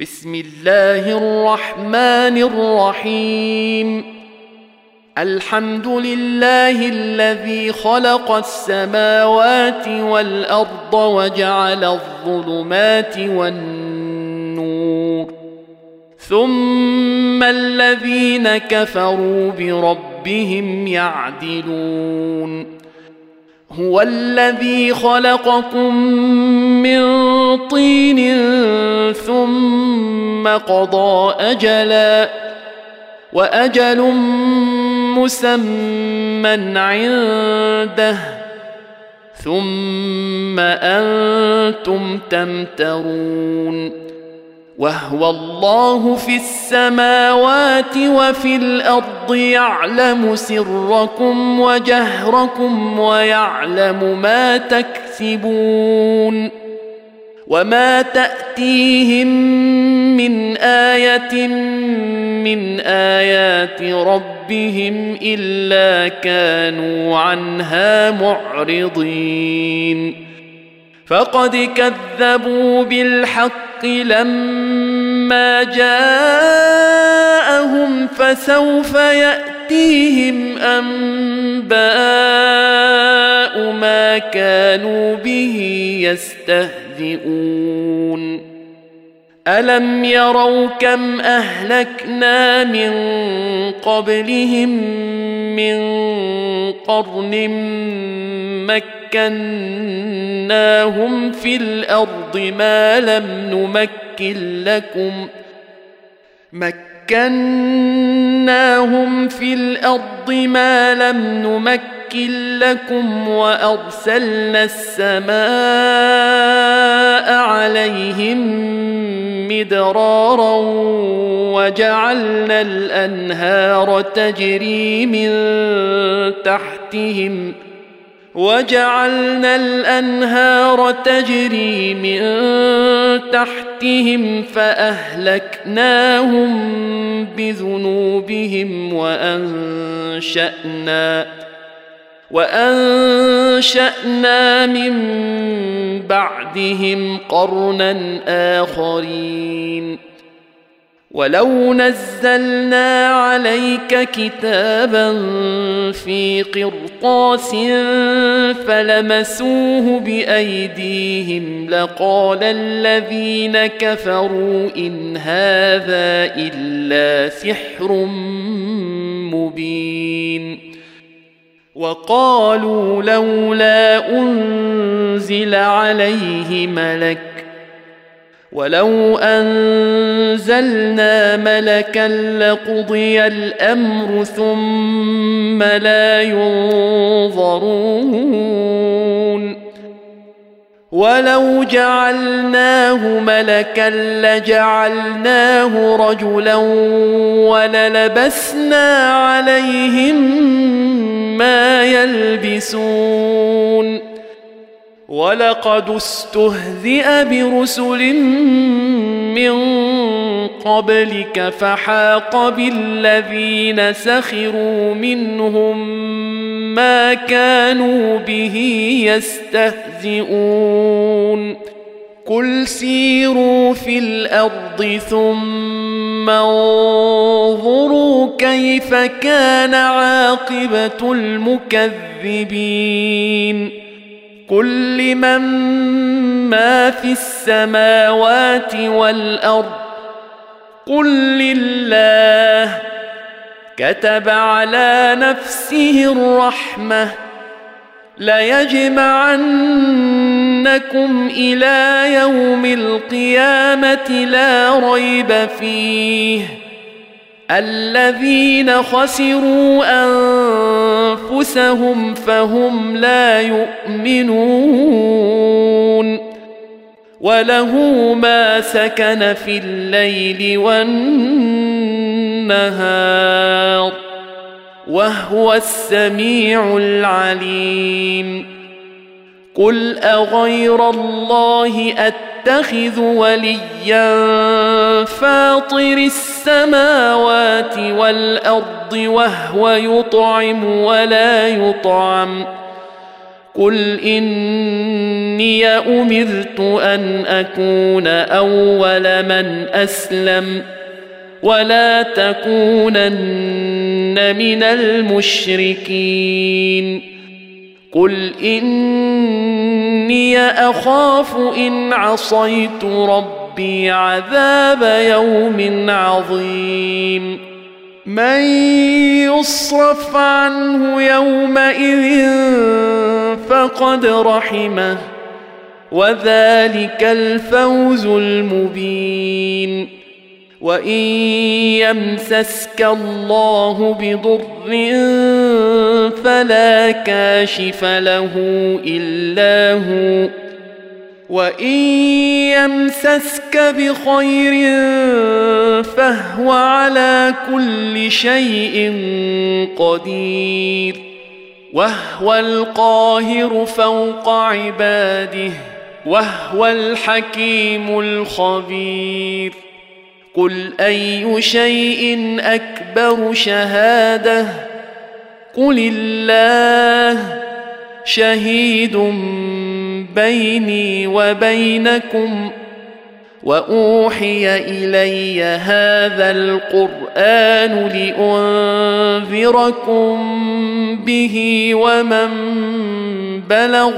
بسم الله الرحمن الرحيم. الحمد لله الذي خلق السماوات والأرض وجعل الظلمات والنور، ثم الذين كفروا بربهم يعدلون. هو الذي خلقكم من طين ثم قضى أجلا، وأجل مسمى عنده، ثم أنتم تمترون. وهو الله في السماوات وفي الأرض يعلم سركم وجهركم ويعلم ما تكسبون. وما تأتيهم من آية من آيات ربهم إلا كانوا عنها معرضين. فقد كذبوا بالحق لما جاءهم، فسوف يأتيهم أنباء ما كانوا به يستهزئون. ألم يروا كم أهلكنا من قبلهم من قرن مكناهم في الأرض ما لم نمكن لكم وأرسلنا السماء عليهم مدرارا وجعلنا الأنهار تجري من تحتهم فأهلكناهم بذنوبهم وأنشأنا من بعدهم قرنا آخرين. ولو نزلنا عليك كتابا في قرطاس فلمسوه بأيديهم لقال الذين كفروا إن هذا إلا سحر مبين. وقالوا لولا أنزل عليه ملك، ولو أنزلنا ملكا لقضي الأمر ثم لا ينظرون. ولو جعلناه ملكا لجعلناه رجلا وللبسنا عليهم ما يلبسون. ولقد استهزئ برسل من قبلك فحاق بالذين سخروا منهم ما كانوا به يستهزئون. قل سيروا في الأرض ثم انظروا كيف كان عاقبة المكذبين. قل لمن ما في السماوات والأرض قل لله. كتب على نفسه الرحمة ليجمعنكم إلى يوم القيامة لا ريب فيه. الذين خسروا أنفسهم فهم لا يؤمنون. وله ما سكن في الليل والنهار وهو السميع العليم. قل أغير الله أتخذ وليا فاطر السماوات والأرض وهو يطعم ولا يطعم قل إني أمرت أن أكون أول من أسلم ولا تكونن من المشركين قل إني أخاف إن عصيت ربي عذاب يوم عظيم من يصرف عنه يومئذ فقد رحمه وذلك الفوز المبين وإن يمسسك الله بضر فلا كاشف له إلا هو وإن يمسسك بخير فهو على كل شيء قدير وهو القاهر فوق عباده وهو الحكيم الخبير قل أي شيء أكبر شهادة قل الله شهيد بيني وبينكم وأوحي إلي هذا القرآن لأنذركم به ومن بلغ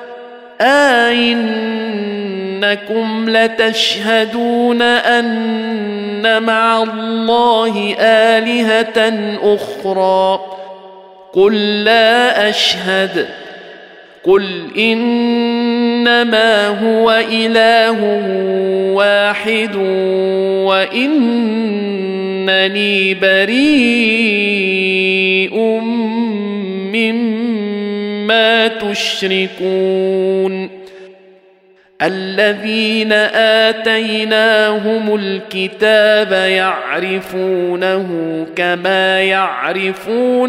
أئنكم لتشهدون أن مع الله آلهة أخرى قل لا أشهد قل إنما هو إله واحد وإنني بريء مما تشركون الذين آتيناهم الكتاب يعرفونه كما يعرفون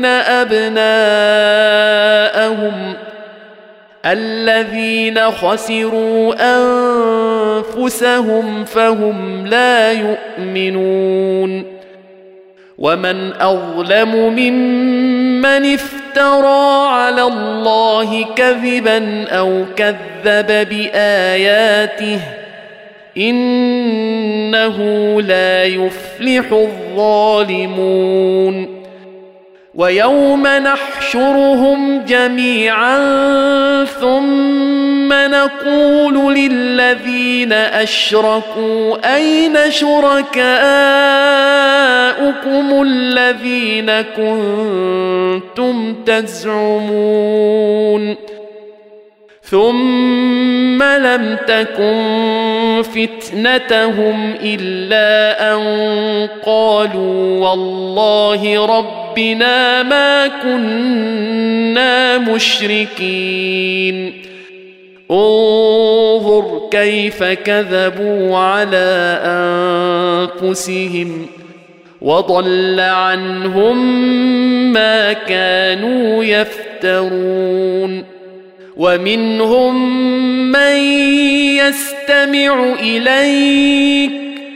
أبناءهم الذين خسروا أنفسهم فهم لا يؤمنون ومن أظلم ممن افترى على الله كذبا أو كذب بآياته إنه لا يفلح الظالمون ويوم نحشرهم جميعا ثم نقول للذين أشركوا أين شركاؤكم الذين كنتم تزعمون ثم لم تكن فتنتهم إلا أن قالوا والله ربنا ما كنا مشركين انظر كيف كذبوا على أنفسهم وضل عنهم ما كانوا يفترون ومنهم من يستمع إليك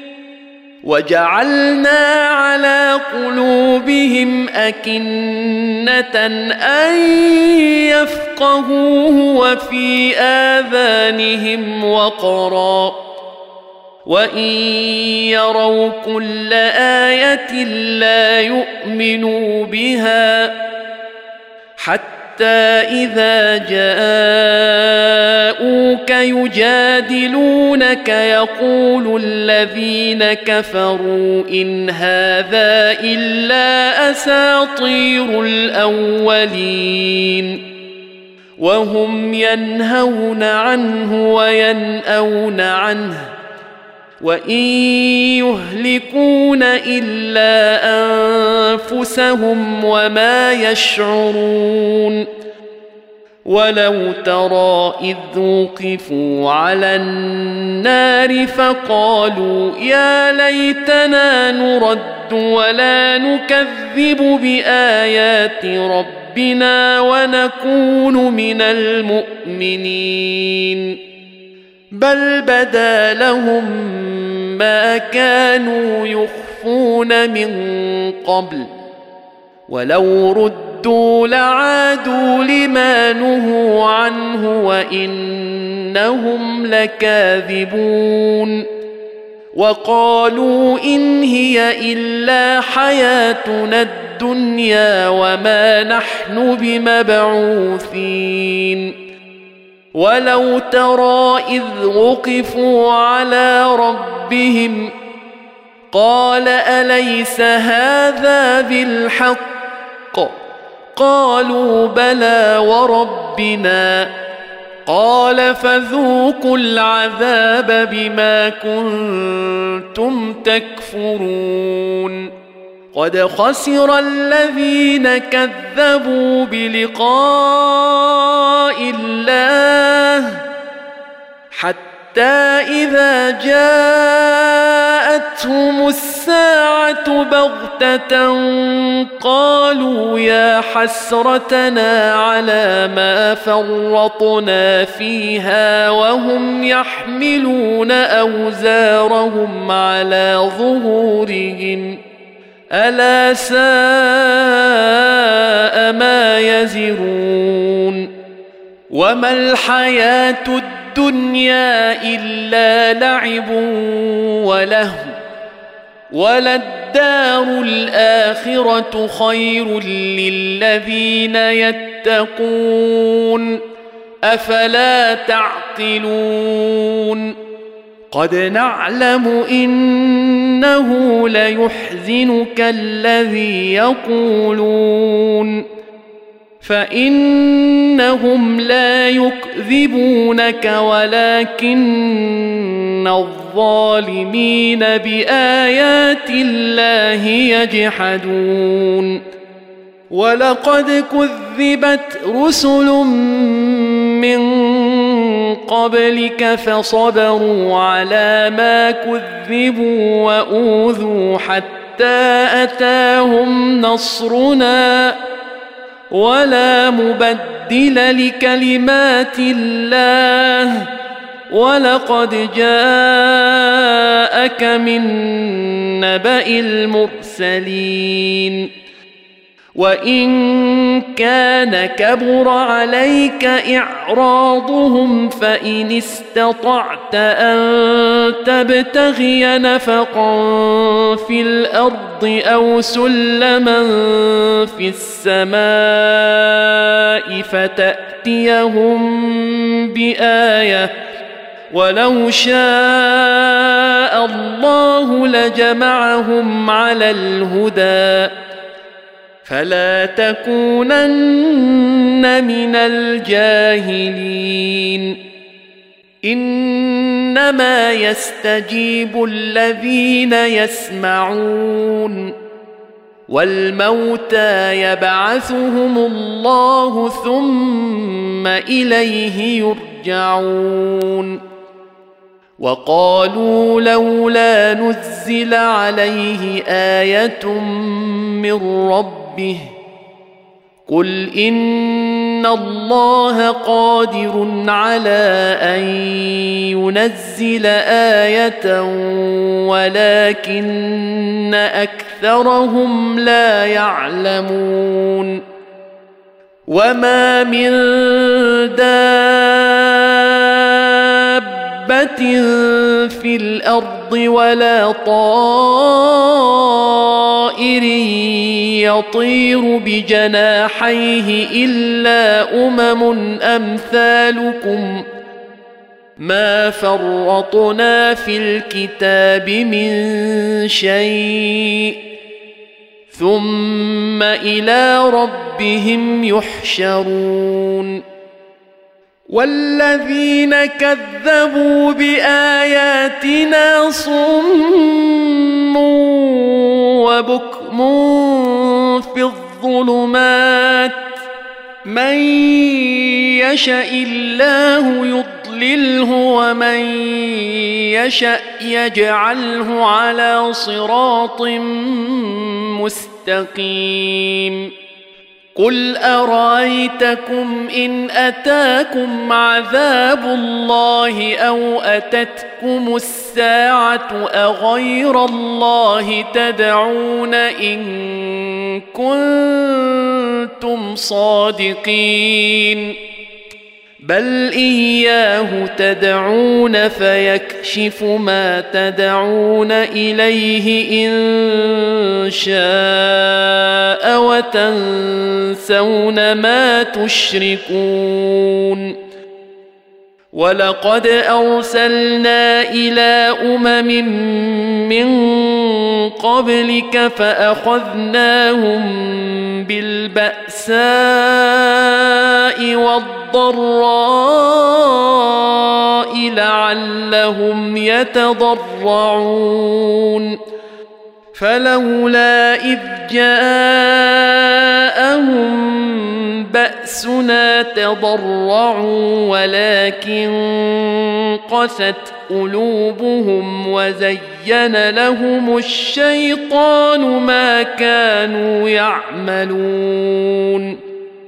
وجعلنا على قلوبهم أكنة أن يفقهوه وفي آذانهم وقرا وإن يروا كل آية لا يؤمنوا بها حتى إذا جاءوك يجادلونك يقول الذين كفروا إن هذا إلا أساطير الأولين وهم ينهون عنه وينأون عنه وإن يهلكون إلا أنفسهم وما يشعرون ولو ترى إذ وقفوا على النار فقالوا يا ليتنا نرد ولا نكذب بآيات ربنا ونكون من المؤمنين بل بدا لهم ما كانوا يخفون من قبل ولو ردوا ردوا لعادوا لما نهوا عنه وإنهم لكاذبون وقالوا إن هي إلا حياتنا الدنيا وما نحن بمبعوثين ولو ترى إذ وقفوا على ربهم قال أليس هذا بالحق قالوا بلى وربنا قال فذوقوا العذاب بما كنتم تكفرون قد خسر الذين كذبوا بلقاء الله حتى إذا جاءتهم الساعة بغتة قالوا يا حسرتنا على ما فرطنا فيها وهم يحملون أوزارهم على ظهورهم ألا ساء ما يزرون وما الحياة الدنيا إلا لعب ولهو وللدار الآخرة خير للذين يتقون أفلا تعقلون قد نعلم إنه ليحزنك الذي يقولون فإنهم لا يكذبونك ولكن الظالمين بآيات الله يجحدون ولقد كذبت رسل من قبلك فصبروا على ما كذبوا وأوذوا حتى أتاهم نصرنا ولا مبدل لكلمات الله ولقد جاءك من نبأ المرسلين وإن كان كبر عليك إعراضهم فإن استطعت أن تبتغي نفقا في الأرض أو سلما في السماء فتأتيهم بآية ولو شاء الله لجمعهم على الهدى فلا تكونن من الجاهلين إنما يستجيب الذين يسمعون والموتى يبعثهم الله ثم إليه يرجعون وقالوا لولا نزل عليه آية من ربه قل إن الله قادر على أن ينزل آية ولكن أكثرهم لا يعلمون وما من في الأرض ولا طائر يطير بجناحيه إلا أمثالكم ما فرطنا في الكتاب من شيء ثم إلى ربهم يحشرون والذين كذبوا بآياتنا صم وبكم في الظلمات من يشاء الله يضلله ومن يشاء يجعله على صراط مستقيم قل أرأيتكم إن أتاكم عذاب الله أو أتتكم الساعة أغير الله تدعون إن كنتم صادقين بل إياه تدعون فيكشف ما تدعون إليه إن شاء وتنسون ما تشركون ولقد أرسلنا إلى من قبلك فأخذناهم بالبأساء والضراء لعلهم يتضرعون فلولا إذ جاءهم بأسنا تضرعوا ولكن قست قلوبهم وزين لهم الشيطان ما كانوا يعملون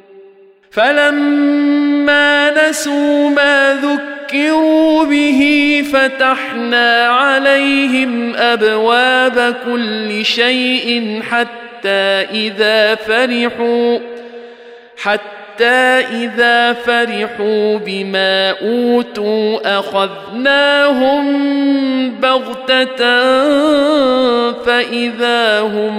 فلما نسوا ما ذكروا به فتحنا عليهم أبواب كل شيء حتى إذا فرحوا بما أوتوا أخذناهم بغتة فإذا هم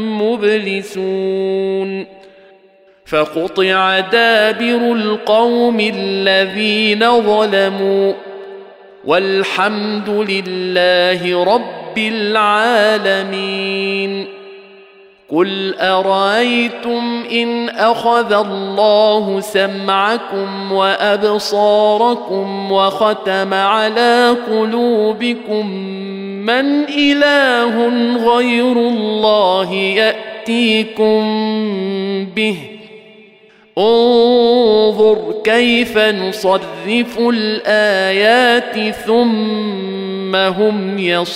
مبلسون فقطع دابر القوم الذين ظلموا والحمد لله رب العالمين قل أرأيتم إن أخذ الله سمعكم وأبصاركم وختم على قلوبكم من إله غير الله يأتيكم به انظر كيف نصرف الآيات ثم هم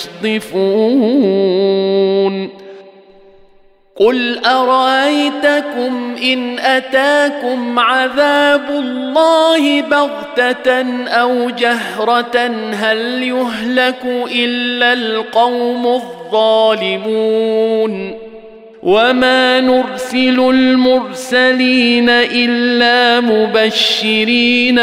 يصدفون قل أرأيتكم إن أتاكم عذاب الله بغتة أو جهرة هل يهلك إلا القوم الظالمون وما نرسل المرسلين إلا مبشرين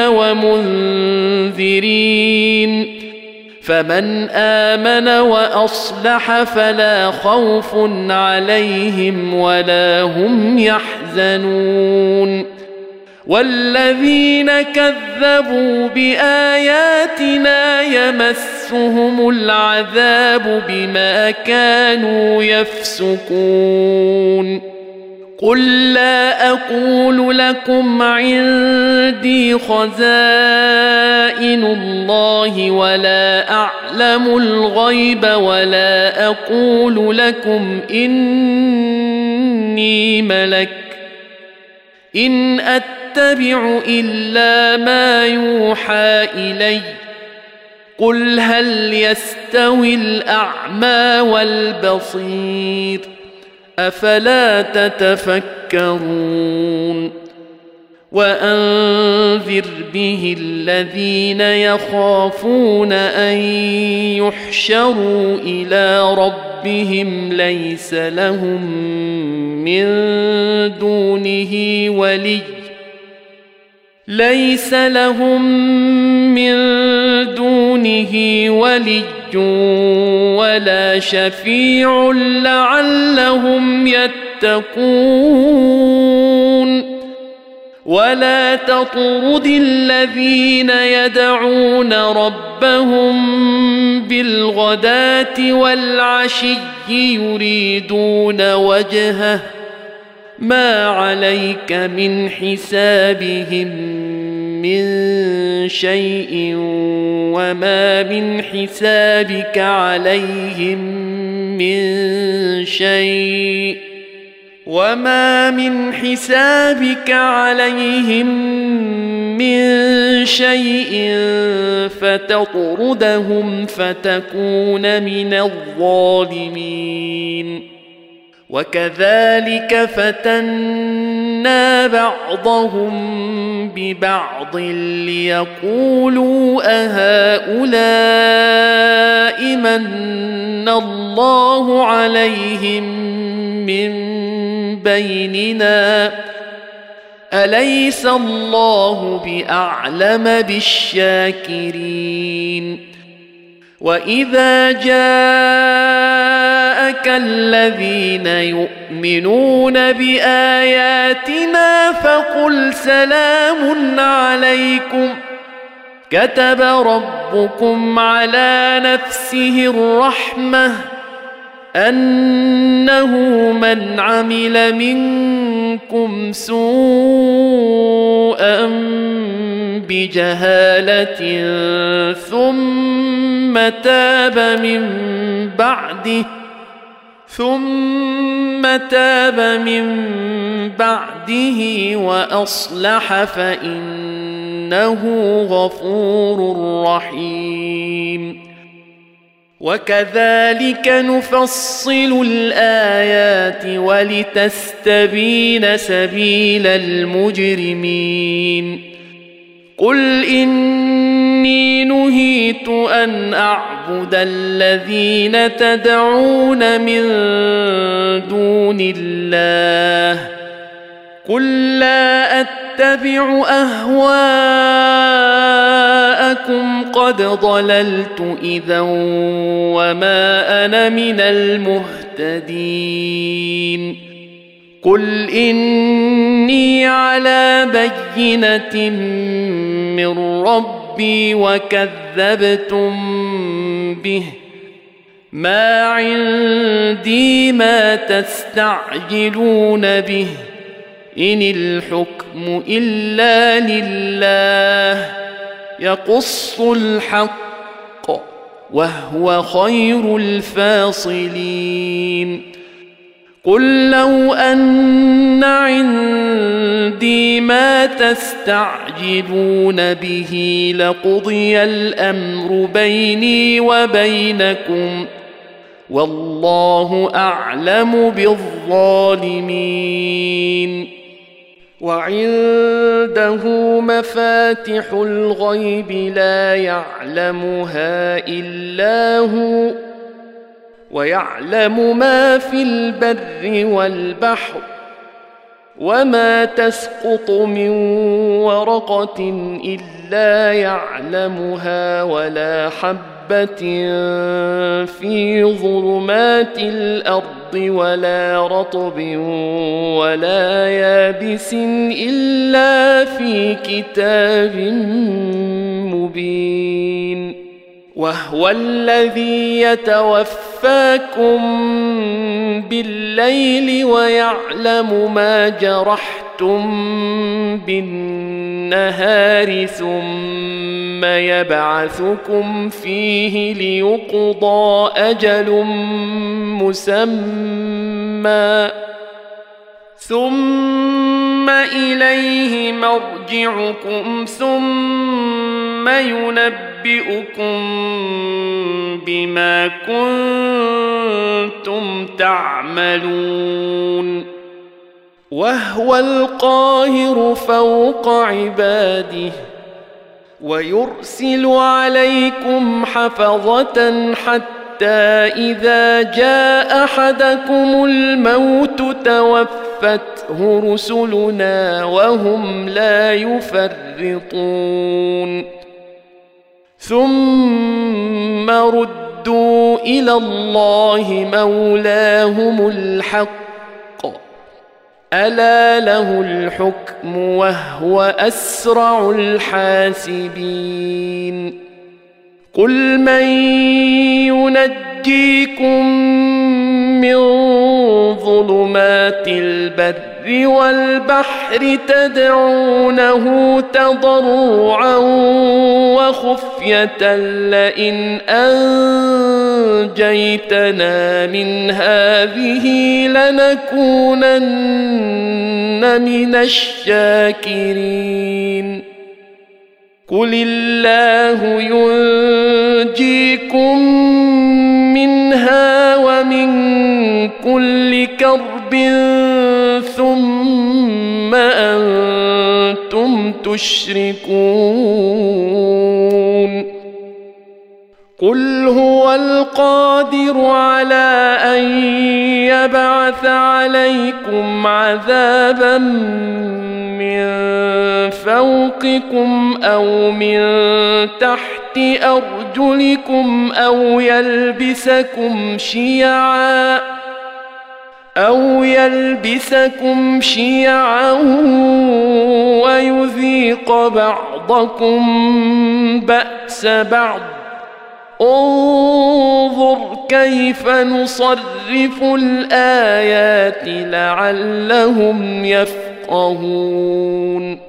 ومنذرين فمن آمن وأصلح فلا خوف عليهم ولا هم يحزنون والذين كذبوا بآياتنا يمسهم العذاب بما كانوا يفسقون قل لا أقول لكم عندي خزائن الله ولا أعلم الغيب ولا أقول لكم إني ملك إن أتبع إلا ما يوحى إلي قل هل يستوي الأعمى والبصير أفلا تتفكرون وأنذر به الذين يخافون أن يحشروا إلى ربهم ليس لهم من دونه ولي ولا شفيع لعلهم يتقون ولا تطرد الذين يدعون ربهم بالغداة والعشي يريدون وجهه ما عليك من حسابهم من شيء وما من حسابك عليهم من شيء فتطردهم فتكون من الظالمين وكذلك فتنا بعضهم ببعض ليقولوا أهؤلاء من الله عليهم من بيننا أليس الله بأعلم بالشاكرين وإذا جاءك الذين يؤمنون بآياتنا فقل سلام عليكم كتب ربكم على نفسه الرحمة أنه من عمل منكم سوءا بجهالة ثم تاب من بعده وأصلح فإنه غفور رحيم وكذلك نفصل الآيات ولتستبين سبيل المجرمين قل إني نهيت أن أعبد الذين تدعون من دون الله قل لا أتبع أهواءكم قد ضللت إذا وما أنا من المهتدين قل إني على بينة من ربي وكذبتم به ما عندي ما تستعجلون به إن الحكم إلا لله يقص الحق وهو خير الفاصلين قل لو أن عندي ما تستعجلون به لقضي الأمر بيني وبينكم والله أعلم بالظالمين وعنده مفاتح الغيب لا يعلمها إلا هو ويعلم ما في البر والبحر وما تسقط من ورقة إلا يعلمها ولا حبة في ظلمات الأرض ولا رطب ولا يابس إلا في كتاب مبين وهو الذي يتوفاكم بالليل ويعلم ما جرحتم بالنهار ثم يبعثكم فيه ليقضى أجل مسمى ثم إليه مرجعكم ثم ينبئكم بما كنتم تعملون وهو القاهر فوق عباده ويرسل عليكم حفظة حتى إذا جاء أحدكم الموت توفته رسلنا وهم لا يفرطون ثم ردوا إلى الله مولاهم الحق ألا له الحكم وهو أسرع الحاسبين قل من ينجيكم من ظلمات البر والبحر تدعونه تضرعا وخفية لئن أنجيتنا من هذه لنكونن من الشاكرين قل الله ينجيكم منها ومن كل كرب ثم أنتم تشركون قل هو القادر على أن يبعث عليكم عذابا من فوقكم أو من تحت أرجلكم أو يلبسكم شيعا ويذيق بعضكم بأس بعض انظر كيف نصرف الآيات لعلهم يفقهون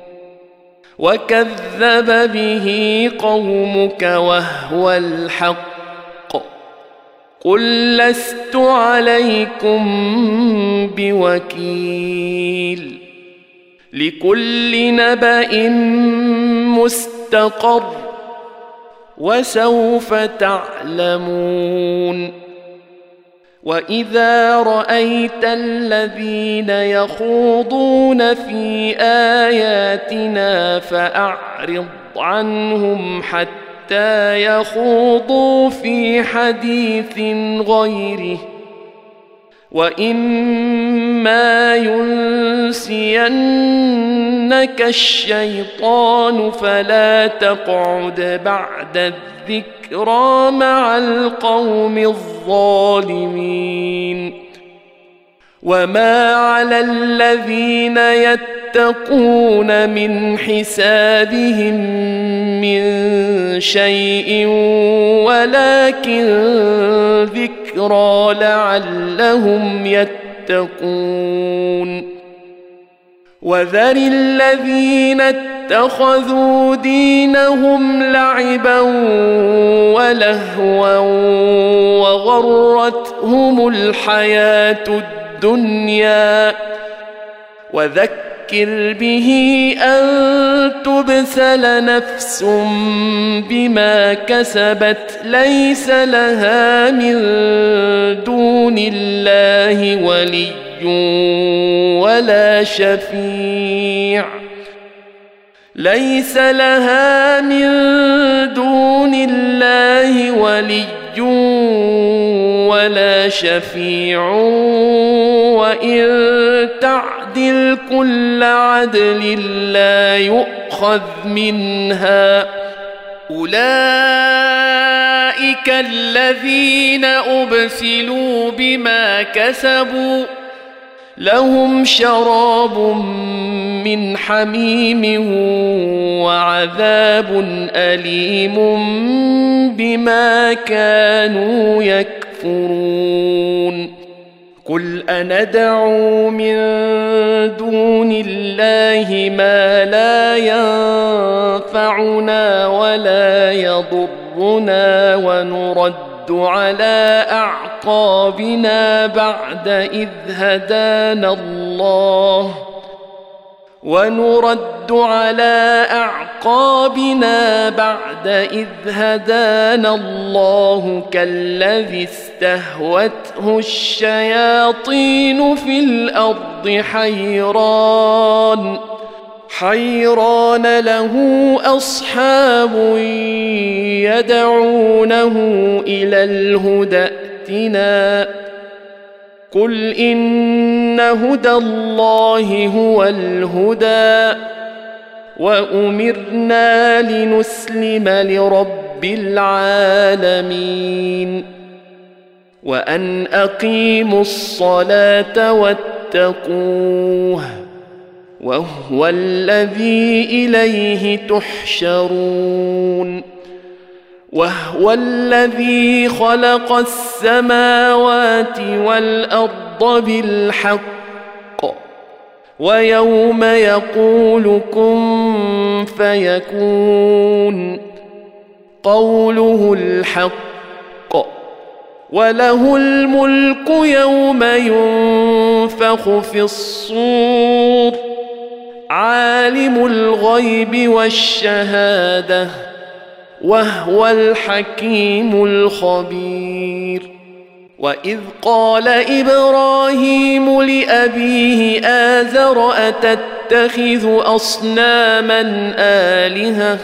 وكذب به قومك وهو الحق قل لست عليكم بوكيل لكل نبأ مستقر وسوف تعلمون وإذا رأيت الذين يخوضون في آياتنا فأعرض عنهم حتى يخوضوا في حديث غيره وإما ينسينك الشيطان فلا تقعد بعد الذكرى مع القوم الظالمين وما على الذين يتقون من حسابهم من شيء ولكن ذكرى لعلهم يتقون وذر الذين اتخذوا دينهم لعبا ولهوا وغرتهم الحياة الدنيا وذكر به أن تبسل نفس بما كسبت ليس لها من دون الله ولي ولا شفيع ليس لها من دون الله ولي ولا شفيع وإن تعدل كل عدل لا يؤخذ منها أولئك الذين أبسلوا بما كسبوا لهم شراب من حميم وعذاب أليم بما كانوا يكفرون قل أندعو من دون الله ما لا ينفعنا ولا يضرنا ونرد على أعقابنا بعد إذ هدانا الله كالذي استهوته الشياطين في الأرض حيران له أصحاب يدعونه إلى الهدى ائتنا قل إن هدى الله هو الهدى وأمرنا لنسلم لرب العالمين وأن أقيموا الصلاة واتقوه وهو الذي إليه تحشرون وهو الذي خلق السماوات والأرض بالحق ويوم يقول كن فيكون قوله الحق وله الملك يوم ينفخ في الصور عالم الغيب والشهادة وهو الحكيم الخبير وإذ قال إبراهيم لأبيه آزر أتتخذ أصناما آلهة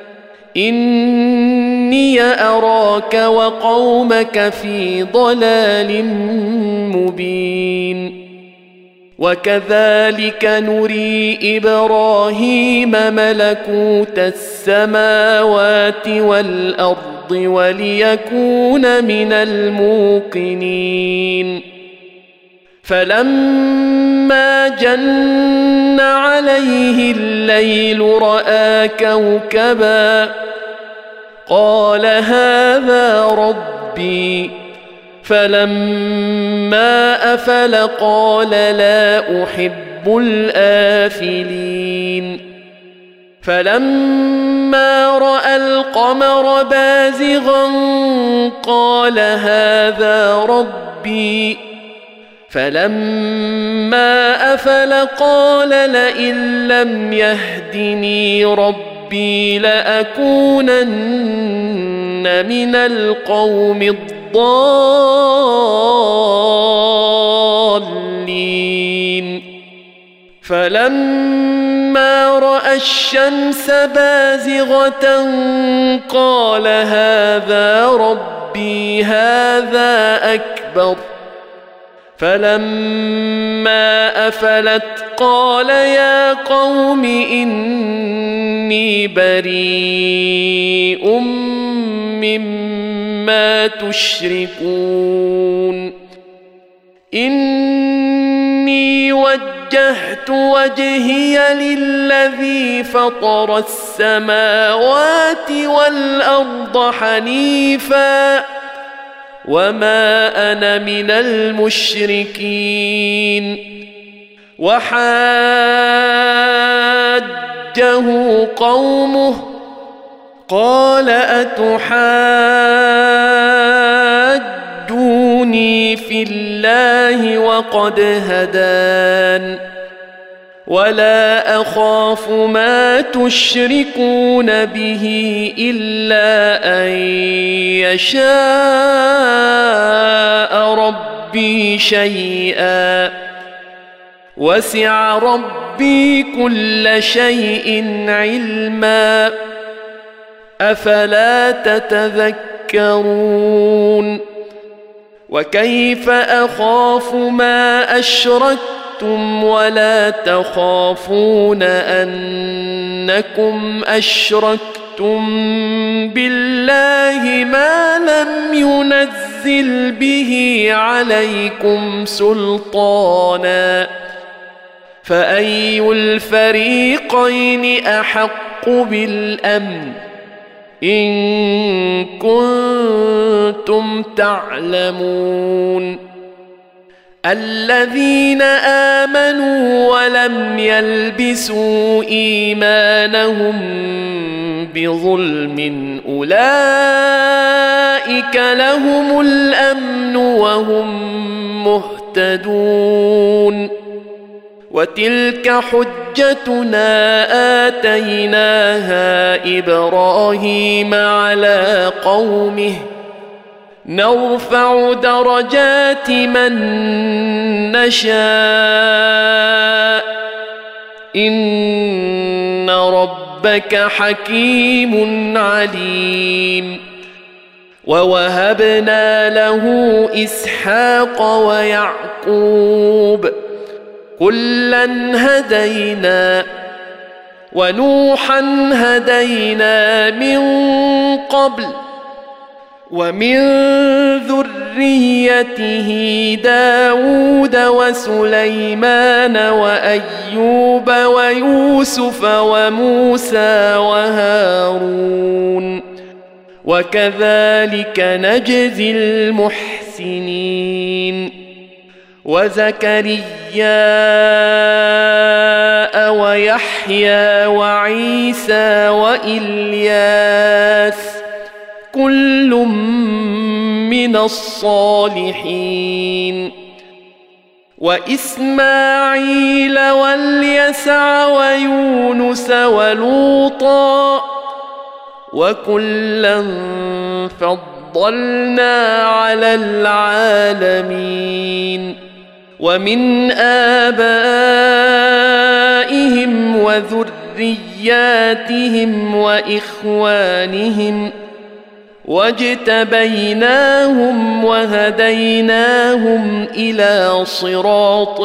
إني أراك وقومك في ضلال مبين وكذلك نري إبراهيم ملكوت السماوات والأرض وليكون من الموقنين فلما جن عليه الليل رأى كوكبا قال هذا ربي فلما أفل قال لا أحب الآفلين فلما رأى القمر بازغا قال هذا ربي فلما أفل قال لئن لم يهدني ربي لأكونن من القوم الضالين فلما رأى الشمس بازغة قال هذا ربي هذا أكبر فلما أفلت قال يا قوم إني بريء مما تشركون إني وجهت وجهي للذي فطر السماوات والأرض حنيفا وما أنا من المشركين وحاجه قومه قال أتحاجوني في الله وقد هدان ولا أخاف ما تشركون به إلا أن يشاء ربي شيئا وسع ربي كل شيء علما أفلا تتذكرون وكيف أخاف ما أشركتم ولا تخافون أنكم أشركتم بالله ما لم ينزل به عليكم سلطانا فأي الفريقين أحق بالأمن إن كنتم تعلمون الذين آمنوا ولم يلبسوا إيمانهم بظلم أولئك لهم الأمن وهم مهتدون وتلك حجتنا آتيناها إبراهيم على قومه نرفع درجات من نشاء إن ربك حكيم عليم ووهبنا له إسحاق ويعقوب كلا هدينا ونوحا هدينا من قبل ومن ذريته داود وسليمان وأيوب ويوسف وموسى وهارون وكذلك نجزي المحسنين وزكريا ويحيى وعيسى وإلياس كل من الصالحين وإسماعيل واليسع ويونس ولوطا وكلا فضلنا فضلنا على العالمين ومن آبائهم وذرياتهم وإخوانهم واجتبيناهم وهديناهم إلى صراط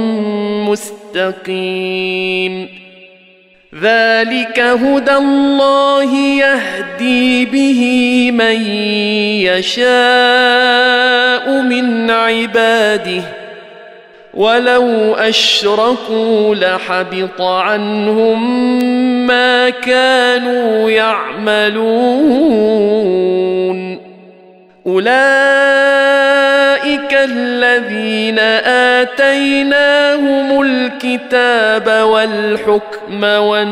مستقيم ذلك هدى الله يهدي به من يشاء من عباده ولو أشركوا لحبط عنهم ما كانوا يعملون أولئك الذين آتيناهم الكتاب والحكم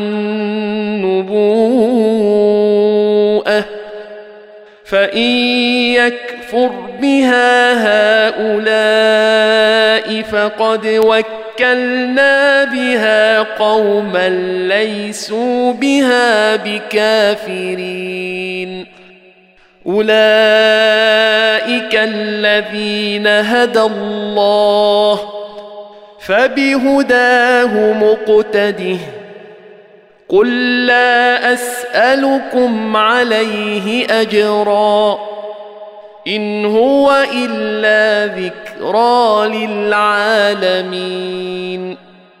والنبوءة فإن يكفر بها هؤلاء فقد وكلنا بها قوما ليسوا بها بكافرين أولئك الذين هدى الله فبهداه مقتده قل لا أسألكم عليه أجرا إن هو إلا ذكرى للعالمين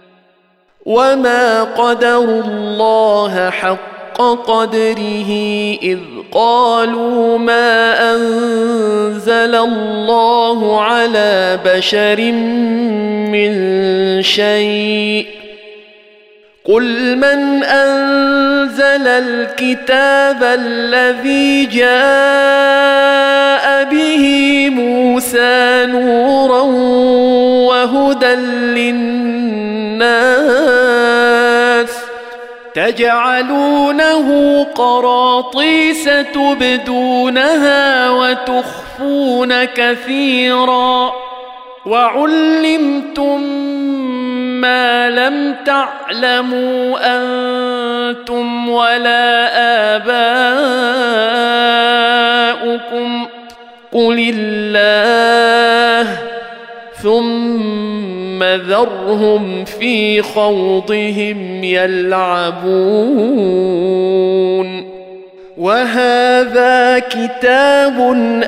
وما قدروا الله حق قدره إذ قالوا ما أنزل الله على بشر من شيء قل من أنزل الكتاب الذي جاء به موسى نورا وهدى للناس تجعلونه قراطيس تبدونها وتخفون كثيرا وعلمتم ما لم تعلموا أنتم ولا آباؤكم قل الله ثم ذرهم في خوضهم يلعبون وهذا كتاب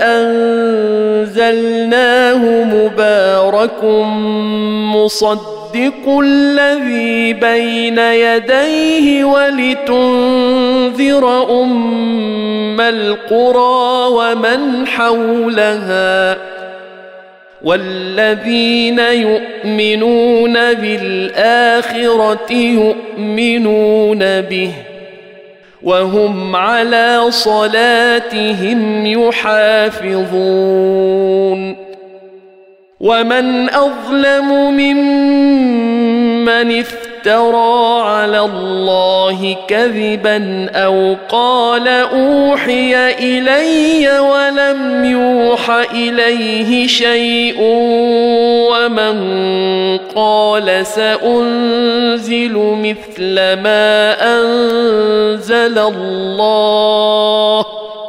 أنزلناه مبارك مصدق الذي بين يديه ولتنذر أم القرى ومن حولها والذين يؤمنون بالآخرة يؤمنون به وهم على صلاتهم يحافظون ومن أظلم ممن افترى على الله كذبا أو قال أوحي إلي ولم يوح إليه شيء ومن قال سأنزل مثل ما أنزل الله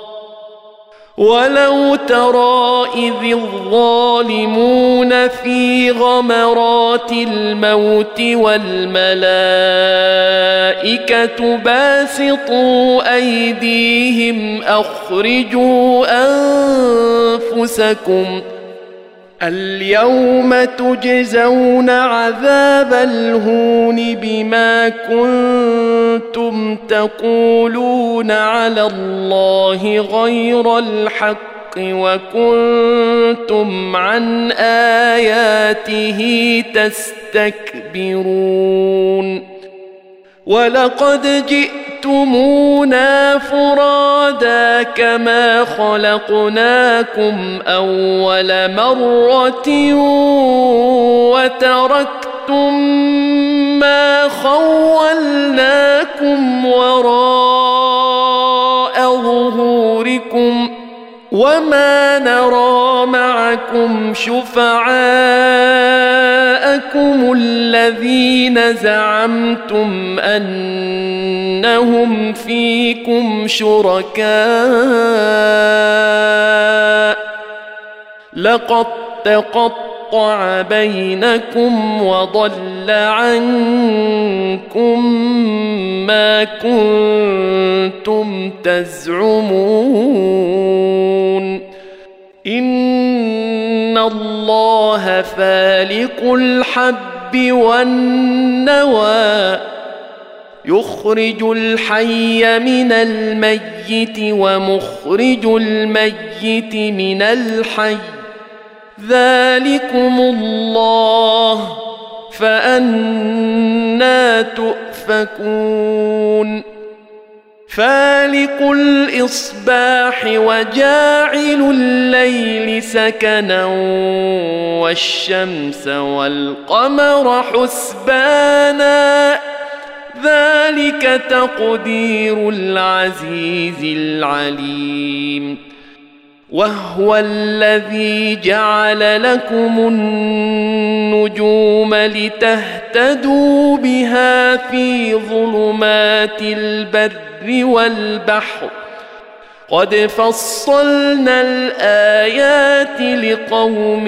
ولو ترى إذ الظالمون في غمرات الموت والملائكة باسطوا أيديهم أخرجوا أنفسكم اليوم تجزون عذاب الهون بما كنتم تقولون على الله غير الحق وكنتم عن آياته تستكبرون ولقد جئتمونا فرادا كما خلقناكم أول مرة وتركتم ما خولناكم وراء ظهوركم وما وما نرى معكم شفعاءكم الذين زعمتم أنهم فيكم شركاء لقد تقطع بينكم وضل عنكم ما كنتم تزعمون إن الله فالق الحب والنوى يخرج الحي من الميت ومخرج الميت من الحي ذلكم الله فأنى تؤفكون فالق الإصباح وجاعل الليل سكنا والشمس والقمر حسبانا ذلك تقدير العزيز العليم وهو الذي جعل لكم النجوم لتهتدوا بها في ظلمات البر والبحر قد فصلنا الآيات لقوم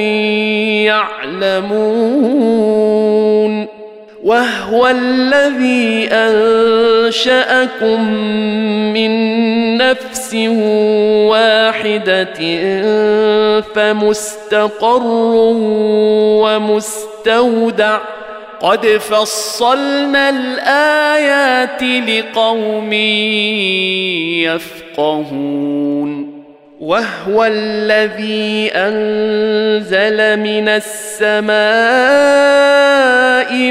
يعلمون وهو الذي أنشأكم من نفس واحدة فمستقر ومستودع قد فصلنا الآيات لقوم يفقهون وهو الذي أنزل من السماء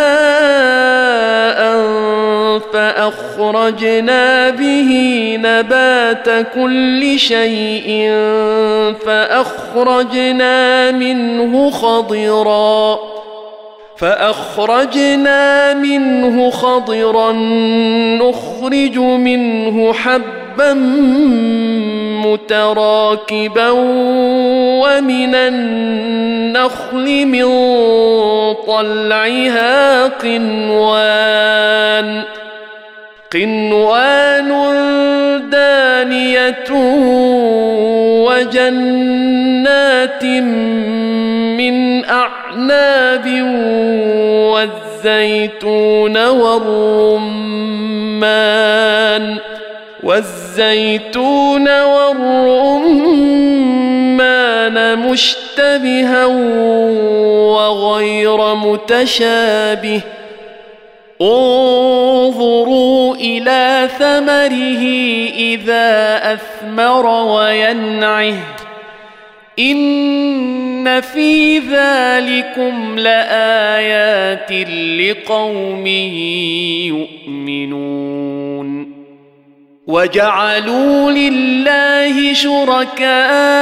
ماء فأخرجنا به نبات كل شيء فأخرجنا منه خضرا نخرج منه حبا متراكبا ومن النخل من طلعها قنوان دانية وجنات من أعناب والزيتون والرمان مشتبها وغير متشابه انظروا إلى ثمره إذا أثمر وينعه إن في ذلكم لآيات لقوم يؤمنون وجعلوا لله شركاء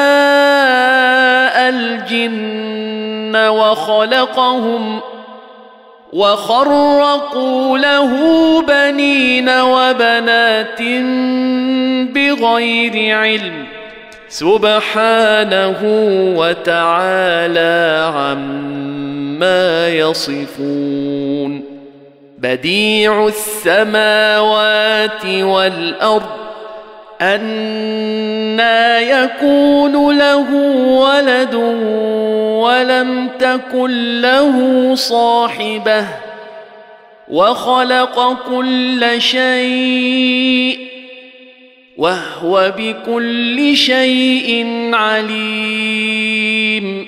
الجن وخرقوا له بنين وبنات بغير علم سبحانه وتعالى عما يصفون بديع السماوات والأرض أنى يكون له ولد ولم تكن له صاحبة وخلق كل شيء وهو بكل شيء عليم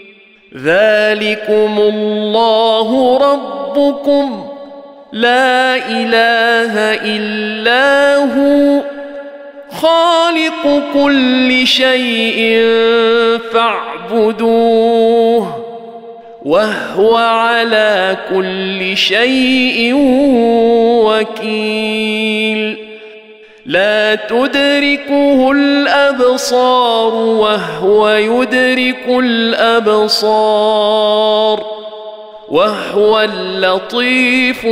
ذلكم الله ربكم لا إله إلا هو خالق كل شيء فاعبدوه وهو على كل شيء وكيل لا تدركه الأبصار وهو يدرك الأبصار وهو اللطيف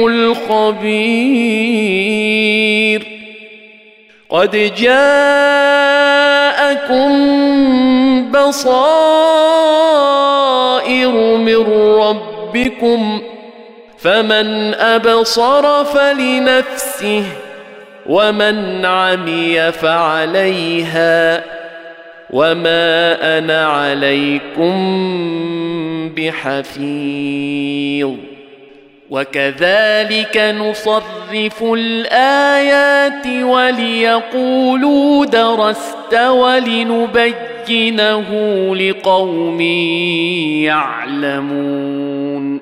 الخبير قد جاءكم بصائر من ربكم فمن أبصر فلنفسه ومن عمي فعليها وما أنا عليكم بحفيظ وكذلك نصرف الآيات وليقولوا درست ولنبينه لقوم يعلمون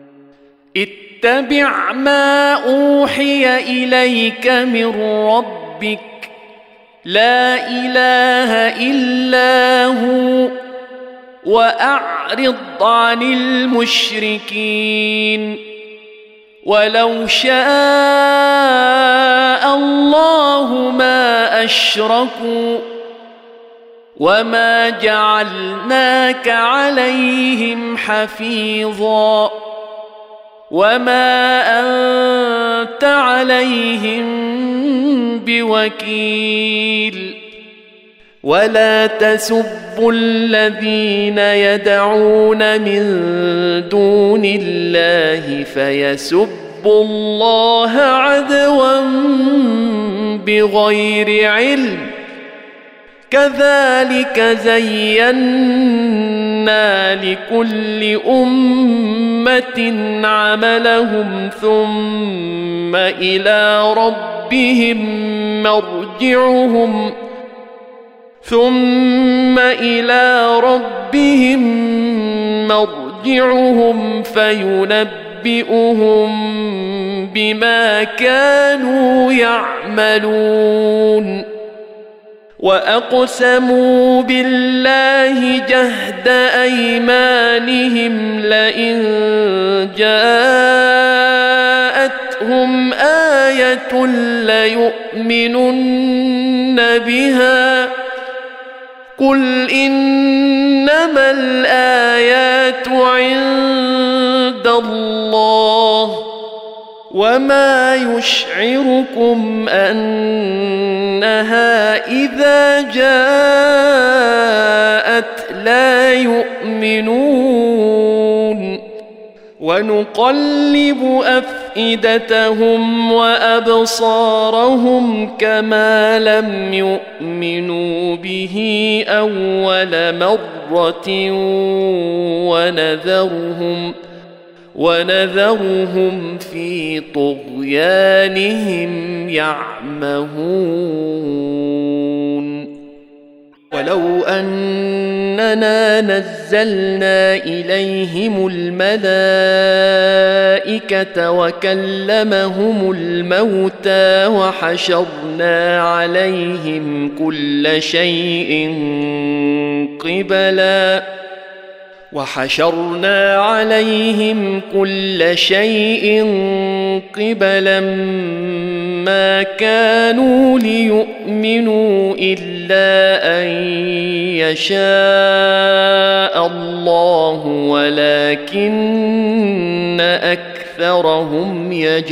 اتبع ما أوحي إليك من ربك لا إله إلا هو وأعرض عن المشركين ولو شاء الله ما أشركوا وما جعلناك عليهم حفيظا وما أنت عليهم بوكيل ولا تسبوا الذين يدعون من دون الله فيسبوا الله عدوا بغير علم كذلك زينا لكل أمة عملهم ثم إلى ربهم مرجعهم فينبئهم بما كانوا يعملون وأقسموا بالله جهد أيمانهم لئن جاءتهم آية ليؤمنن بها قل إنما الآيات عند الله وما يشعركم أنها إذا جاءت لا يؤمنون ونقلب أفئدتهم وأبصارهم كما لم يؤمنوا به أول مرة ونذرهم في طغيانهم يعمهون ولو أننا نزلنا إليهم الملائكة وكلمهم الموتى وحشرنا عليهم كل شيء قبلا ما كانوا ليؤمنوا إلا أن يشاء الله ولكن أكثرهم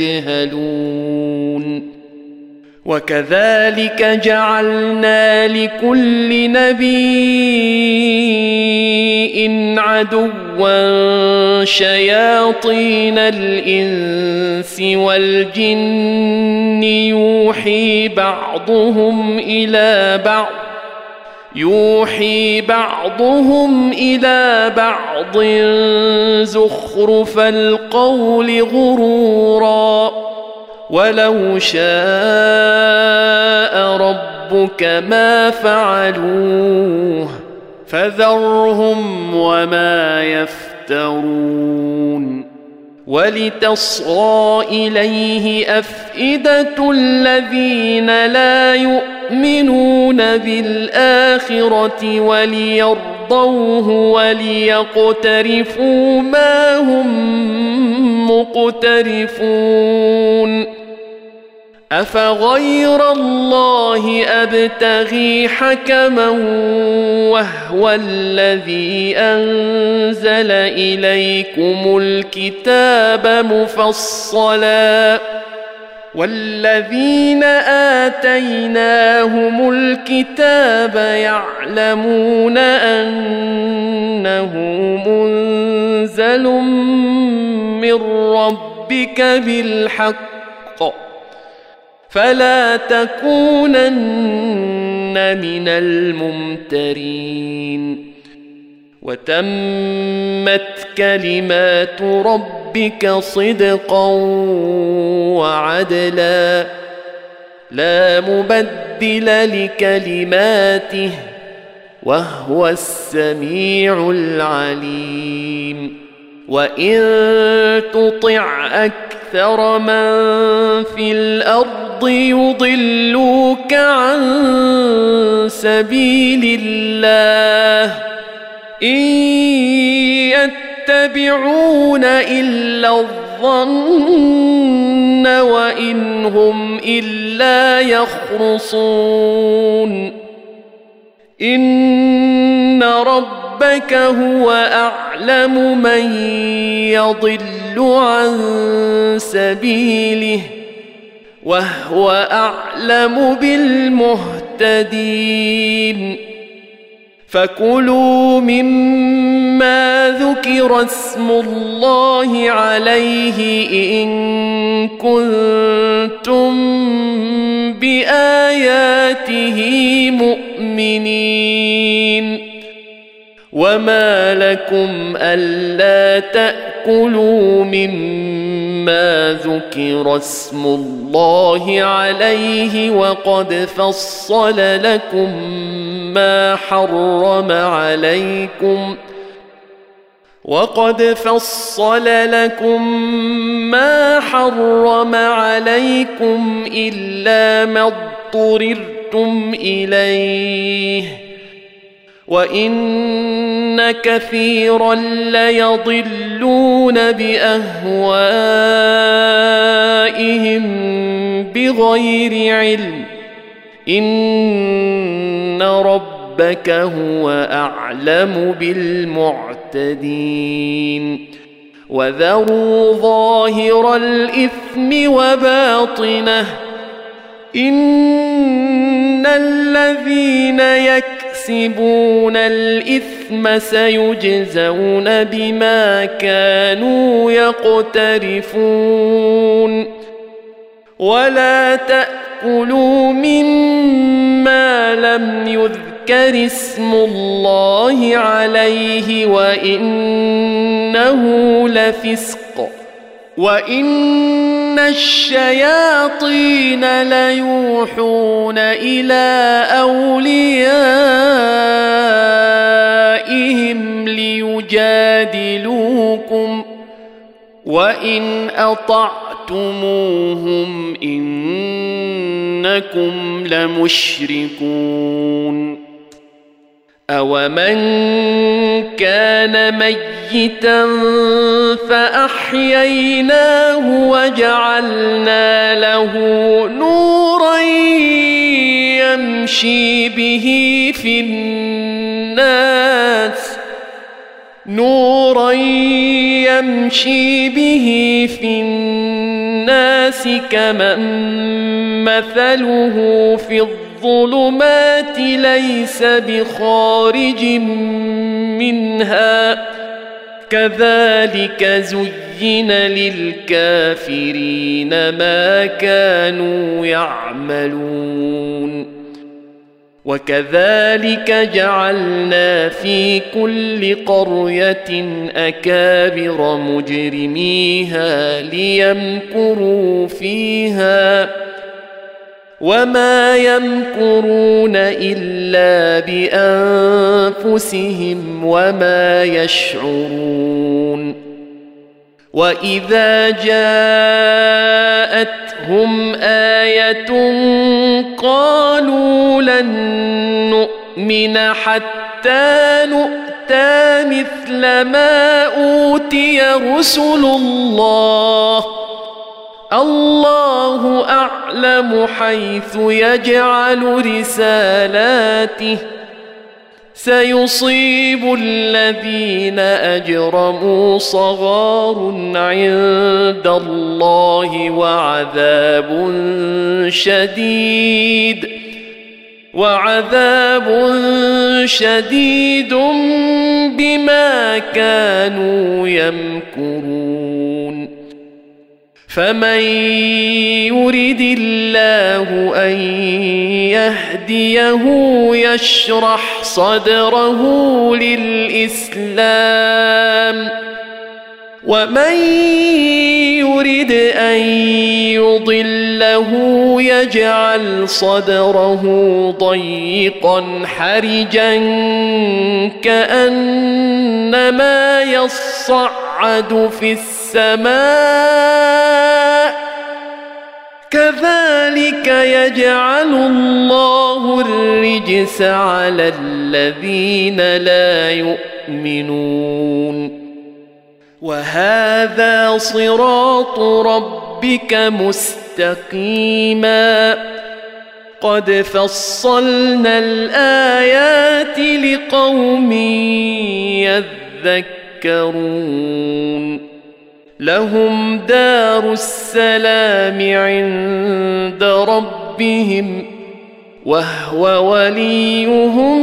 يجهلون وكذلك جعلنا لكل نبي عدوا شياطين الإنس والجن يوحي بعضهم إلى بعض زخرف القول غرورا ولو شاء ربك ما فعلوه فذرهم وما يفترون ولتصغى إليه أفئدة الذين لا يؤمنون بالآخرة وليرضوه وليقترفوا ما هم مقترفون أفغير الله أبتغي حكما وهو الذي أنزل إليكم الكتاب مفصلا والذين آتيناهم الكتاب يعلمون أنه منزل من ربك بالحق فلا تكونن من الممترين وتمت كلمات ربك صدقا وعدلا لا مبدل لكلماته وهو السميع العليم وإن تطع أكثر من في الأرض يضلوك عن سبيل الله إن يتبعون إلا الظن وإن هم إلا يخرصون إن ربك هو أعلم من يضل عن سبيله وهو أعلم بالمهتدين فكلوا مما ذكر اسم الله عليه إن كنتم بآياته مؤمنين وما لكم ألا تأكلوا مما ذكر اسم الله عليه وقد فصل لكم ما حرم عليكم إلا ما اضطررتم إليه وإن كثيرا ليضلون بأهوائهم بغير علم إن ربك هو أعلم بالمعتدين وذروا ظاهر الإثم وباطنه إن الذين يكسبون الإثم سيجزون بما كانوا يقترفون ولا تأكلوا مما لم يذكر اسم الله عليه وإنه لفسق وإن الشياطين ليوحون إلى أوليائهم ليجادلوكم وإن أطعتموهم إنكم لمشركون أومن كان ميتا فأحييناه وجعلنا له نورا يمشي به في الناس كمن مثله في الظلمات ليس بخارج منها كذلك زين للكافرين ما كانوا يعملون وكذلك جعلنا في كل قرية أكابر مجرميها ليمكروا فيها وما يمكرون إلا بأنفسهم وما يشعرون وإذا جاءتهم آية قالوا لن نؤمن حتى نؤتى مثل ما أوتي رسل الله الله أعلم حيث يجعل رسالاته سيصيب الذين أجرموا صغار عند الله وعذاب شديد بما كانوا يمكرون فمن يرد الله أن يهديه يشرح صدره للإسلام ومن يرد أن يضله يجعل صدره ضيقا حرجا كأنما يصعد في السماء كذلك يجعل الله الرجس على الذين لا يؤمنون وهذا صراط ربك مستقيما قد فصلنا الآيات لقوم يذكرون لهم دار السلام عند ربهم وهو وليهم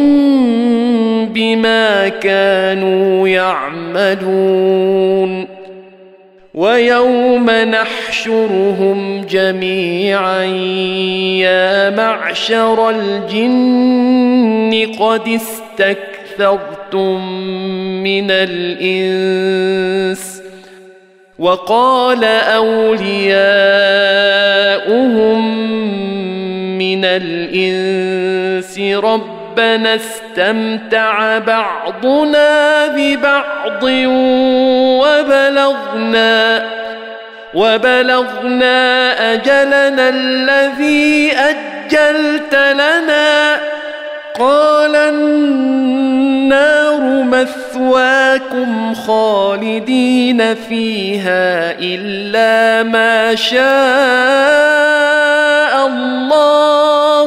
بما كانوا يعملون ويوم نحشرهم جميعا يا معشر الجن قد استكثرتم من الإنس وقال أولياؤهم من الإنس ربنا استمتع بعضنا ببعض وبلغنا أجلنا الذي أجلت لنا قال النار مثواكم خالدين فيها إلا ما شاء الله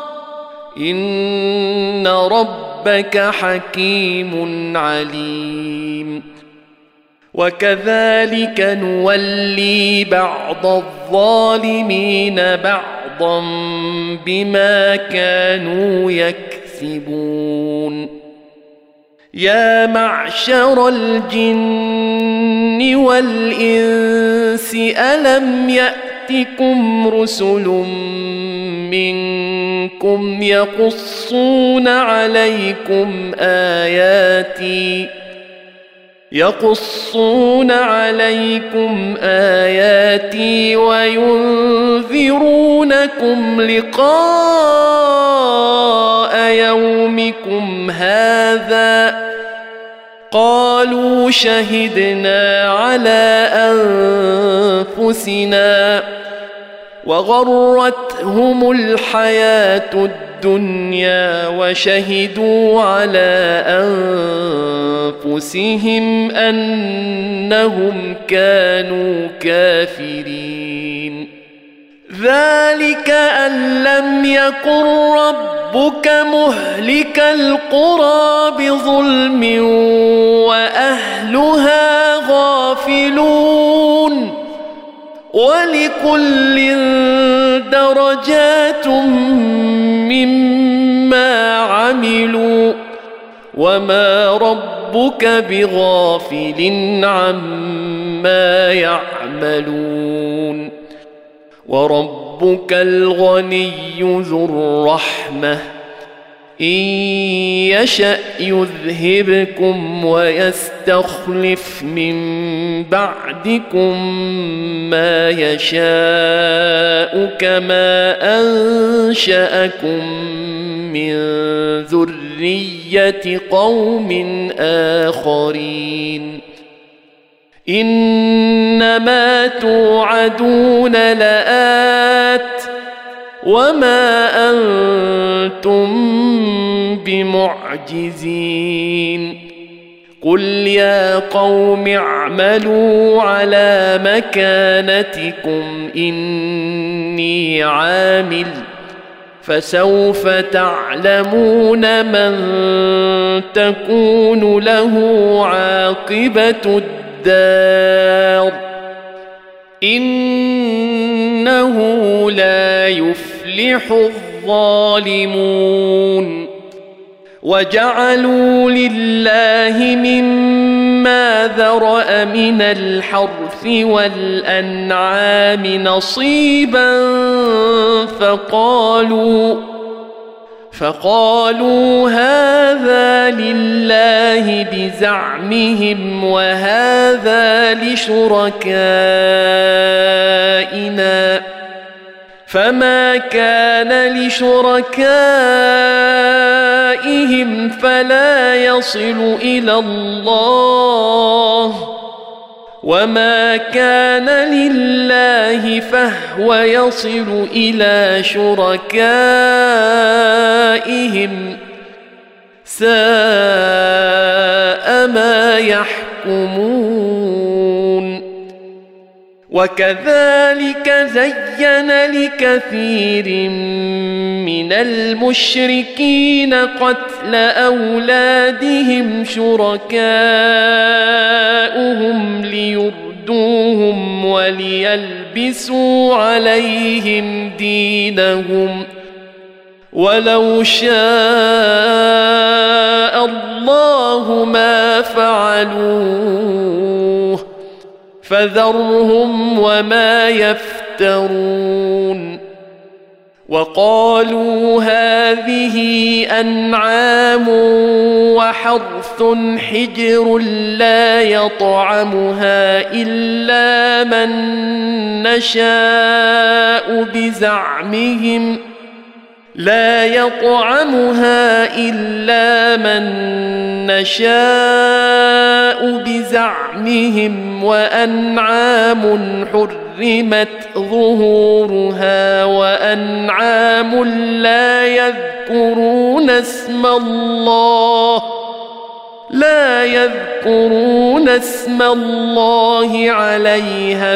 إن ربك حكيم عليم وكذلك نولي بعض الظالمين بعضا بما كانوا يكسبون يا معشر الجن والإنس ألم يأتكم رسل منكم يقصون عليكم آياتي وينذرونكم لقاء يومكم هذا قالوا شهدنا على أنفسنا وغرتهم الحياة الدنيا وشهدوا على أنفسهم أنهم كانوا كافرين ذلك أن لم يكن ربك مهلك القرى بظلم وأهلها غافلون ولكل درجات مما عملوا وما ربك بغافل عما يعملون وربك الغني ذو الرحمة إن يشأ يذهبكم ويستخلف من بعدكم ما يشاء كما أنشأكم من ذرية قوم آخرين إنما توعدون لآت وما أنتم بمعجزين قل يا قوم اعملوا على مكانتكم إني عامل فسوف تعلمون من تكون له عاقبة الدار إنه لا يفلح الظالمون وجعلوا لله مما ذرأ من الحرث والأنعام نصيبا فقالوا هذا لله بزعمهم وهذا لشركائنا فما كان لشركائهم فلا يصل إلى الله وما كان لله فهو يصل إلى شركائهم ساء ما يحكمون وكذلك زين لكثير من المشركين قتل أولادهم شركاؤهم ليردوهم وليلبسوا عليهم دينهم ولو شاء الله ما فعلوه فذرهم وما يفترون وقالوا هذه أنعام وحرث حجر لا يطعمها إلا من نشاء بزعمهم وأنعام حرمت ظهورها وأنعام لا يذكرون اسم الله عليها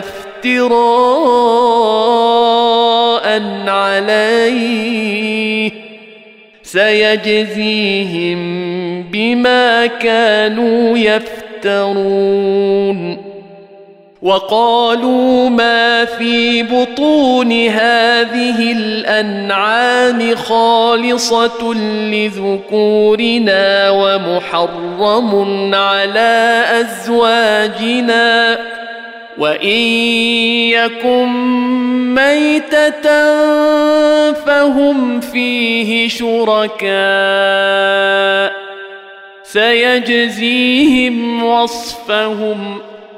افتراء عليه سيجزيهم بما كانوا يفترون وقالوا ما في بطون هذه الأنعام خالصة لذكورنا ومحرم على أزواجنا وإن يكن ميتة فهم فيه شركاء سيجزيهم وصفهم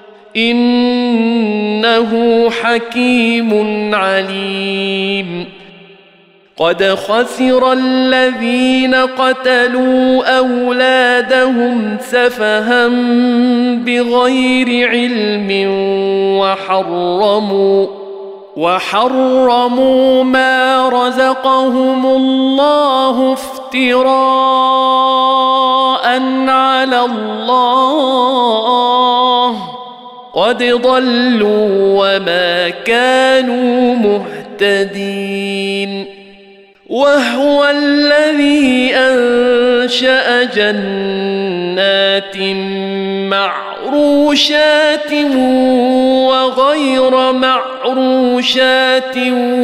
إنه حكيم عليم قد خسر الذين قتلوا أولادهم سفها بغير علم وحرموا ما رزقهم الله افتراء على الله قد ضلوا وما كانوا مهتدين وهو الذي أنشأ جنات معروشات وغير معروشات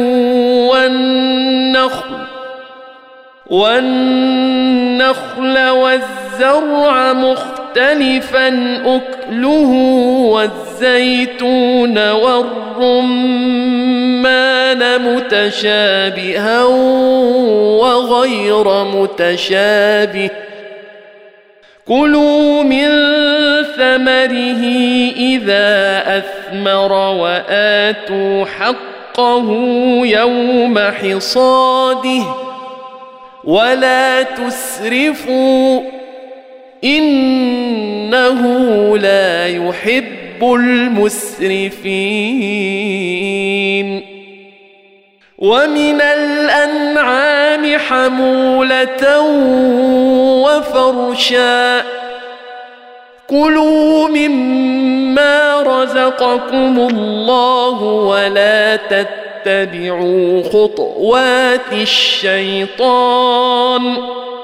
والنخل والزرع مختلفا أكله والزيتون والرمان متشابها وغير متشابه كلوا من ثمره إذا أثمر وآتوا حقه يوم حصاده ولا تسرفوا إنه لا يحب المسرفين ومن الأنعام حمولة وفرشا كلوا مما رزقكم الله ولا تتبعوا تتبعوا خطوات الشيطان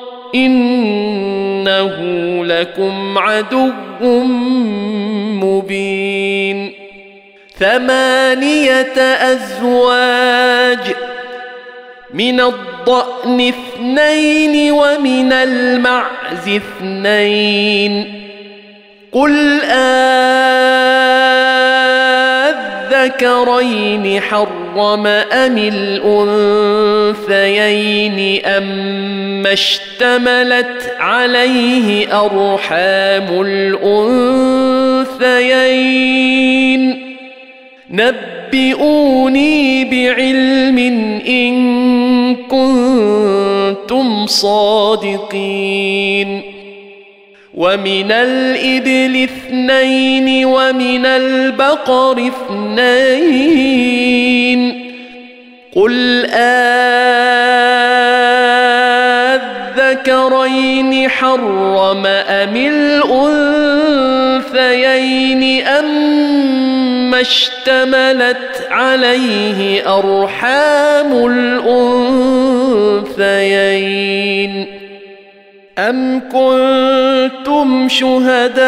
إنه لكم عدو مبين 8 أزواج من الضأن 2 ومن المعز 2 قل أذكرين حرم أم الأنثيين أما اشتملت عليه أرحام الأنثيين نبئوني بعلم إن كنتم صادقين ومن الإبل 2 ومن البقر 2 قل أذكرين حرم أم الأنثيين أما اشتملت عليه أرحام الأنثيين أم كنتم شهداء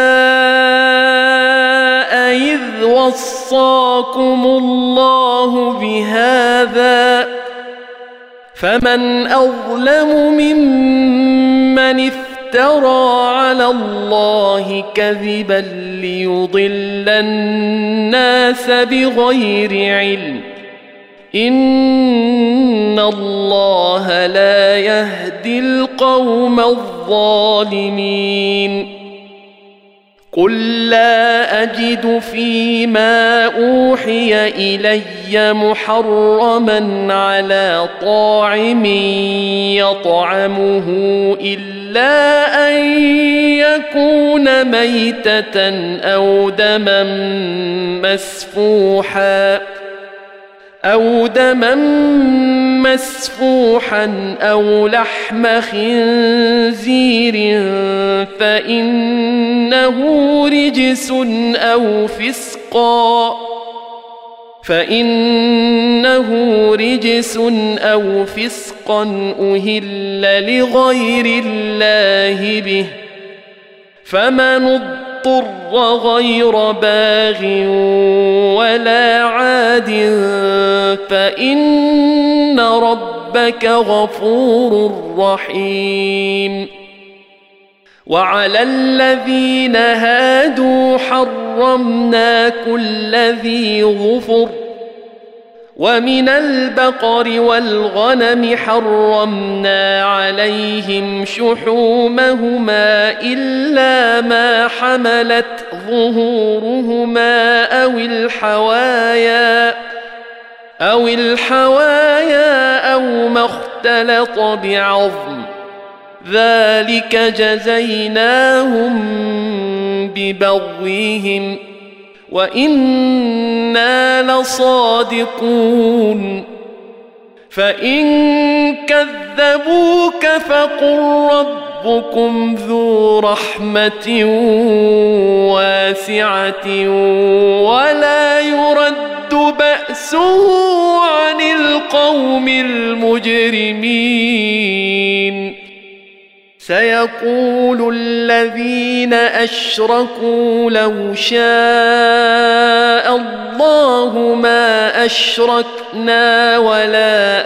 إذ وصاكم الله بهذا فمن أظلم ممن افترى على الله كذبا ليضل الناس بغير علم إن الله لا يهدي القوم الظالمين قل لا أجد فيما أوحي إلي محرما على طاعم يطعمه إلا أن يكون ميتة أو دما مسفوحا أو لحم خنزير فإنه رجس أو فسقا أهل لغير الله به فمن اضطر غير باغ ولا عاد فإن ربك غفور رحيم وعلى الذين هادوا حرمنا كل ذي ظفر ومن البقر والغنم حرمنا عليهم شحومهما إلا ما حملت ظهورهما أو الحوايا أو ما اختلط بعظم ذلك جزيناهم ببغيهم وإنا لصادقون فإن كذبوك فقل ربكم ذو رحمة واسعة ولا يرد بأسه عن القوم المجرمين سيقول الذين أشركوا لو شاء الله ما أشركنا ولا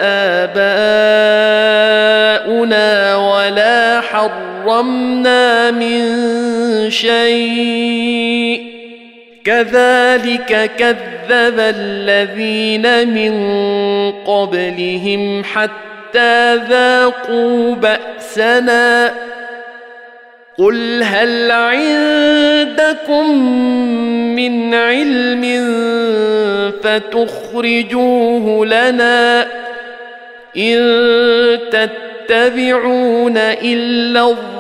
آباؤنا ولا حرمنا من شيء كذلك كذب الذين من قبلهم حتى ذاقوا بأسنا قل هل عندكم من علم فتخرجوه لنا إن تتبعون إلا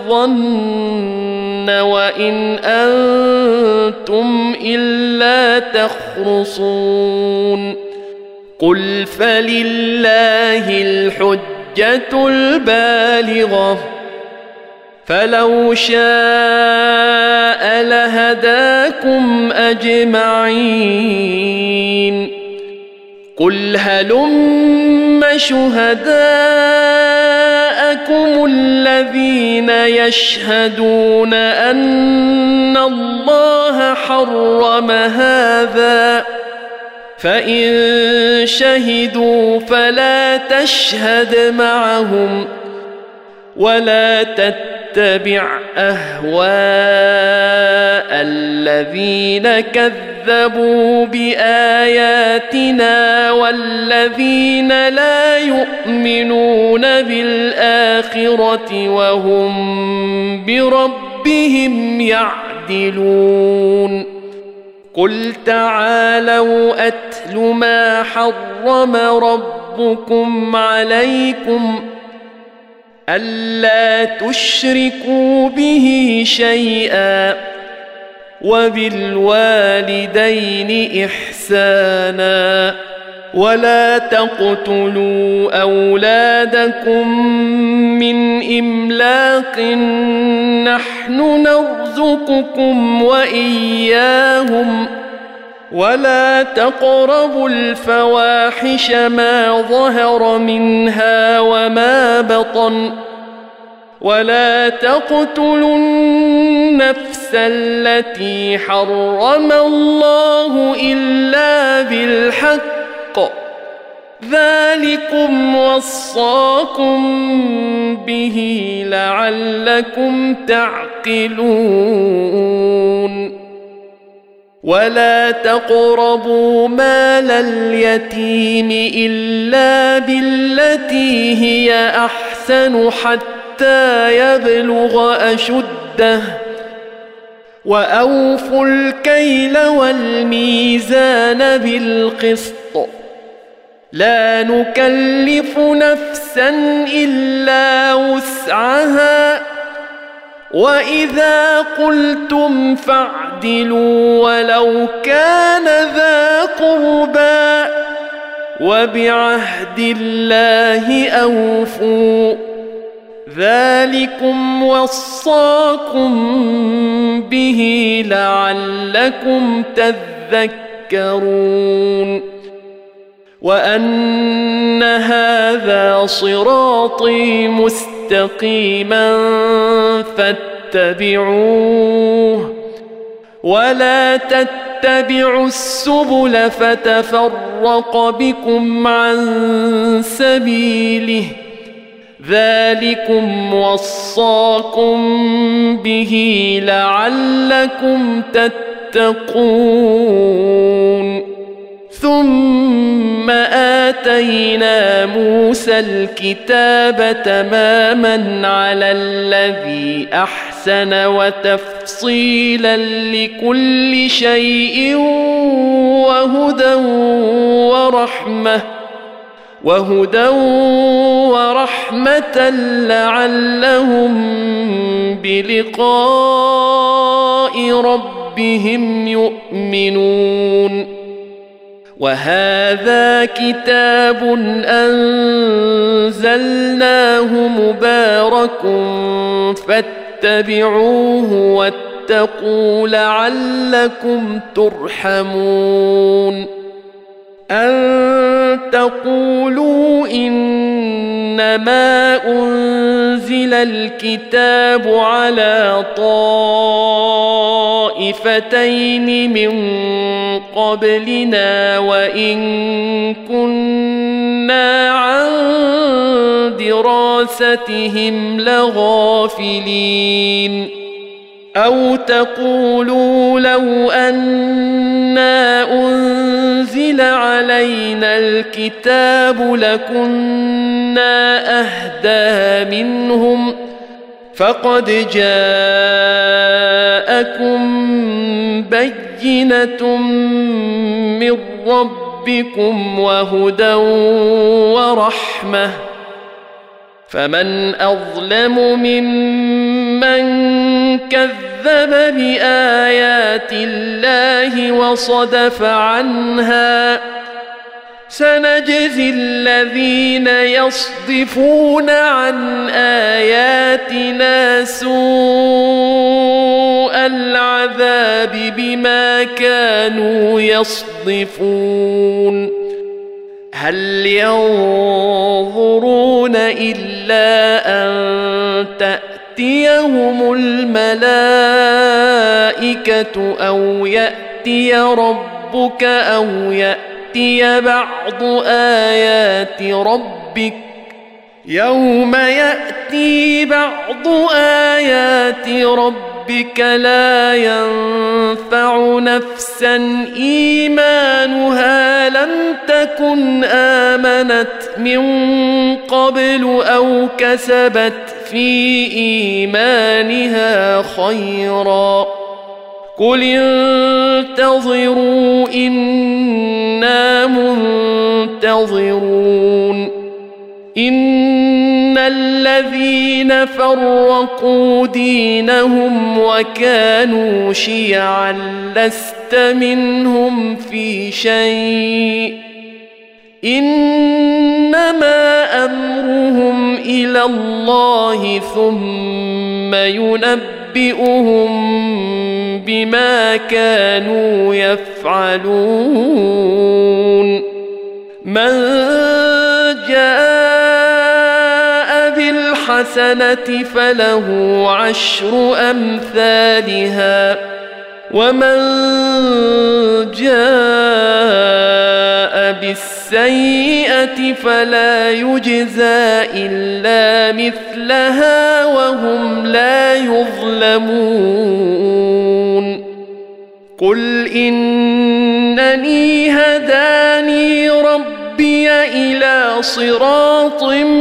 الظن وإن أنتم إلا تخرصون قل فلله الحجة البالغة فلو شاء لهداكم أجمعين قل هلم شهداءكم الذين يشهدون أن الله حرم هذا فإن شهدوا فلا تشهد معهم ولا تتبع أهواء الذين كذبوا بآياتنا والذين لا يؤمنون بالآخرة وهم بربهم يعدلون قل تعالوا أتل ما حرم ربكم عليكم ألا تشركوا به شيئا وبالوالدين إحسانا ولا تقتلوا أولادكم من إملاق نحن نرزقكم وإياهم ولا تقربوا الفواحش ما ظهر منها وما بطن ولا تقتلوا النفس التي حرم الله إلا بالحق ذلكم وصاكم به لعلكم تعقلون ولا تقربوا مال اليتيم إلا بالتي هي أحسن حتى يبلغ أشده وأوفوا الكيل والميزان بالقسط لا نكلف نفسا إلا وسعها وإذا قلتم فاعدلوا ولو كان ذا قربى وبعهد الله أوفوا ذلكم وصاكم به لعلكم تذكرون وأن هذا صراطي مستقيما فاتبعوه ولا تتبعوا السبل فتفرق بكم عن سبيله ذلكم وصاكم به لعلكم تتقون ثم آتينا موسى الكتاب تماما على الذي أحسن وتفصيلا لكل شيء وهدى ورحمة لعلهم بلقاء ربهم يؤمنون وهذا كتاب أنزلناه مبارك فاتبعوه واتقوا لعلكم ترحمون أن تقولوا إنما أنزل الكتاب على طائفتين من قبلنا وإن كنا عن دراستهم لغافلين أو تقولوا لو أنا أنزل علينا الكتاب لكنا أهدى منهم فقد جاءكم بينة من ربكم وهدى ورحمة فمن أظلم ممن كذب بآيات الله وصدف عنها سنجزي الذين يصدفون عن آياتنا سوء العذاب بما كانوا يصدفون هل ينظرون إلا أن تأتيهم الملائكة أو يأتي ربك أو يأتي بعض آيات ربك يوم يأتي بعض آيات ربك لا ينفع نفسا إيمانها لم تكن آمنت من قبل أو كسبت في إيمانها خيرا قل انتظروا إنا منتظرون إن الذين فرقوا دينهم وكانوا شيعا لست منهم في شيء إنما أمرهم إلى الله ثم ينبئهم بما كانوا يفعلون من جاء بالحسنة فله عشر أمثالها ومن جاء بالسيئة فلا يجزى إلا مثلها وهم لا يظلمون قل إنني هداني ربي إلى صراط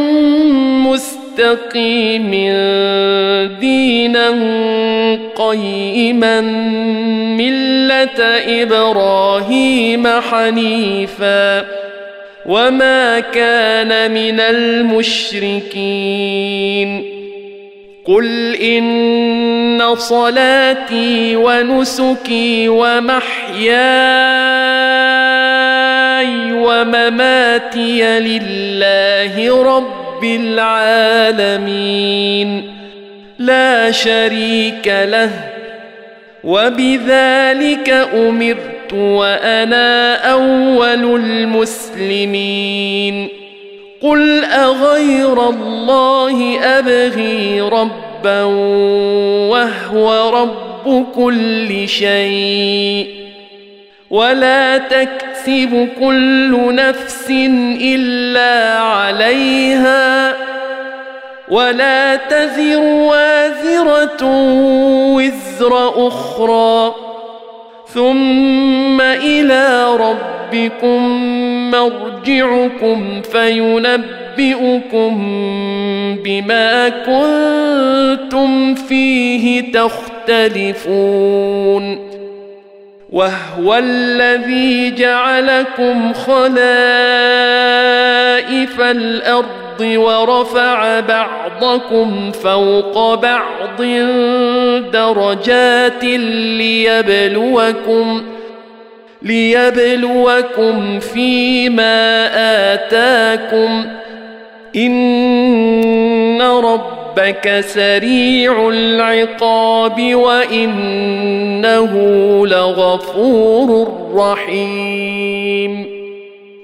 مستقيم دينا قيما ملة إبراهيم حنيفا وما كان من المشركين قل إن صلاتي ونسكي ومحياي ومماتي لله رب العالمين لا شريك له وبذلك أمرت وأنا أول المسلمين قل أغير الله أبغي ربا وهو رب كل شيء ولا تكسب كل نفس إلا عليها ولا تزر وازرة وزر أخرى ثم إلى ربكم مرجعكم فينبئكم بما كنتم فيه تختلفون وهو الذي جعلكم خلائف الأرض ورفع بعضكم فوق بعض درجات ليبلوكم فيما آتاكم إن ربك سريع العقاب وإنه لغفور رحيم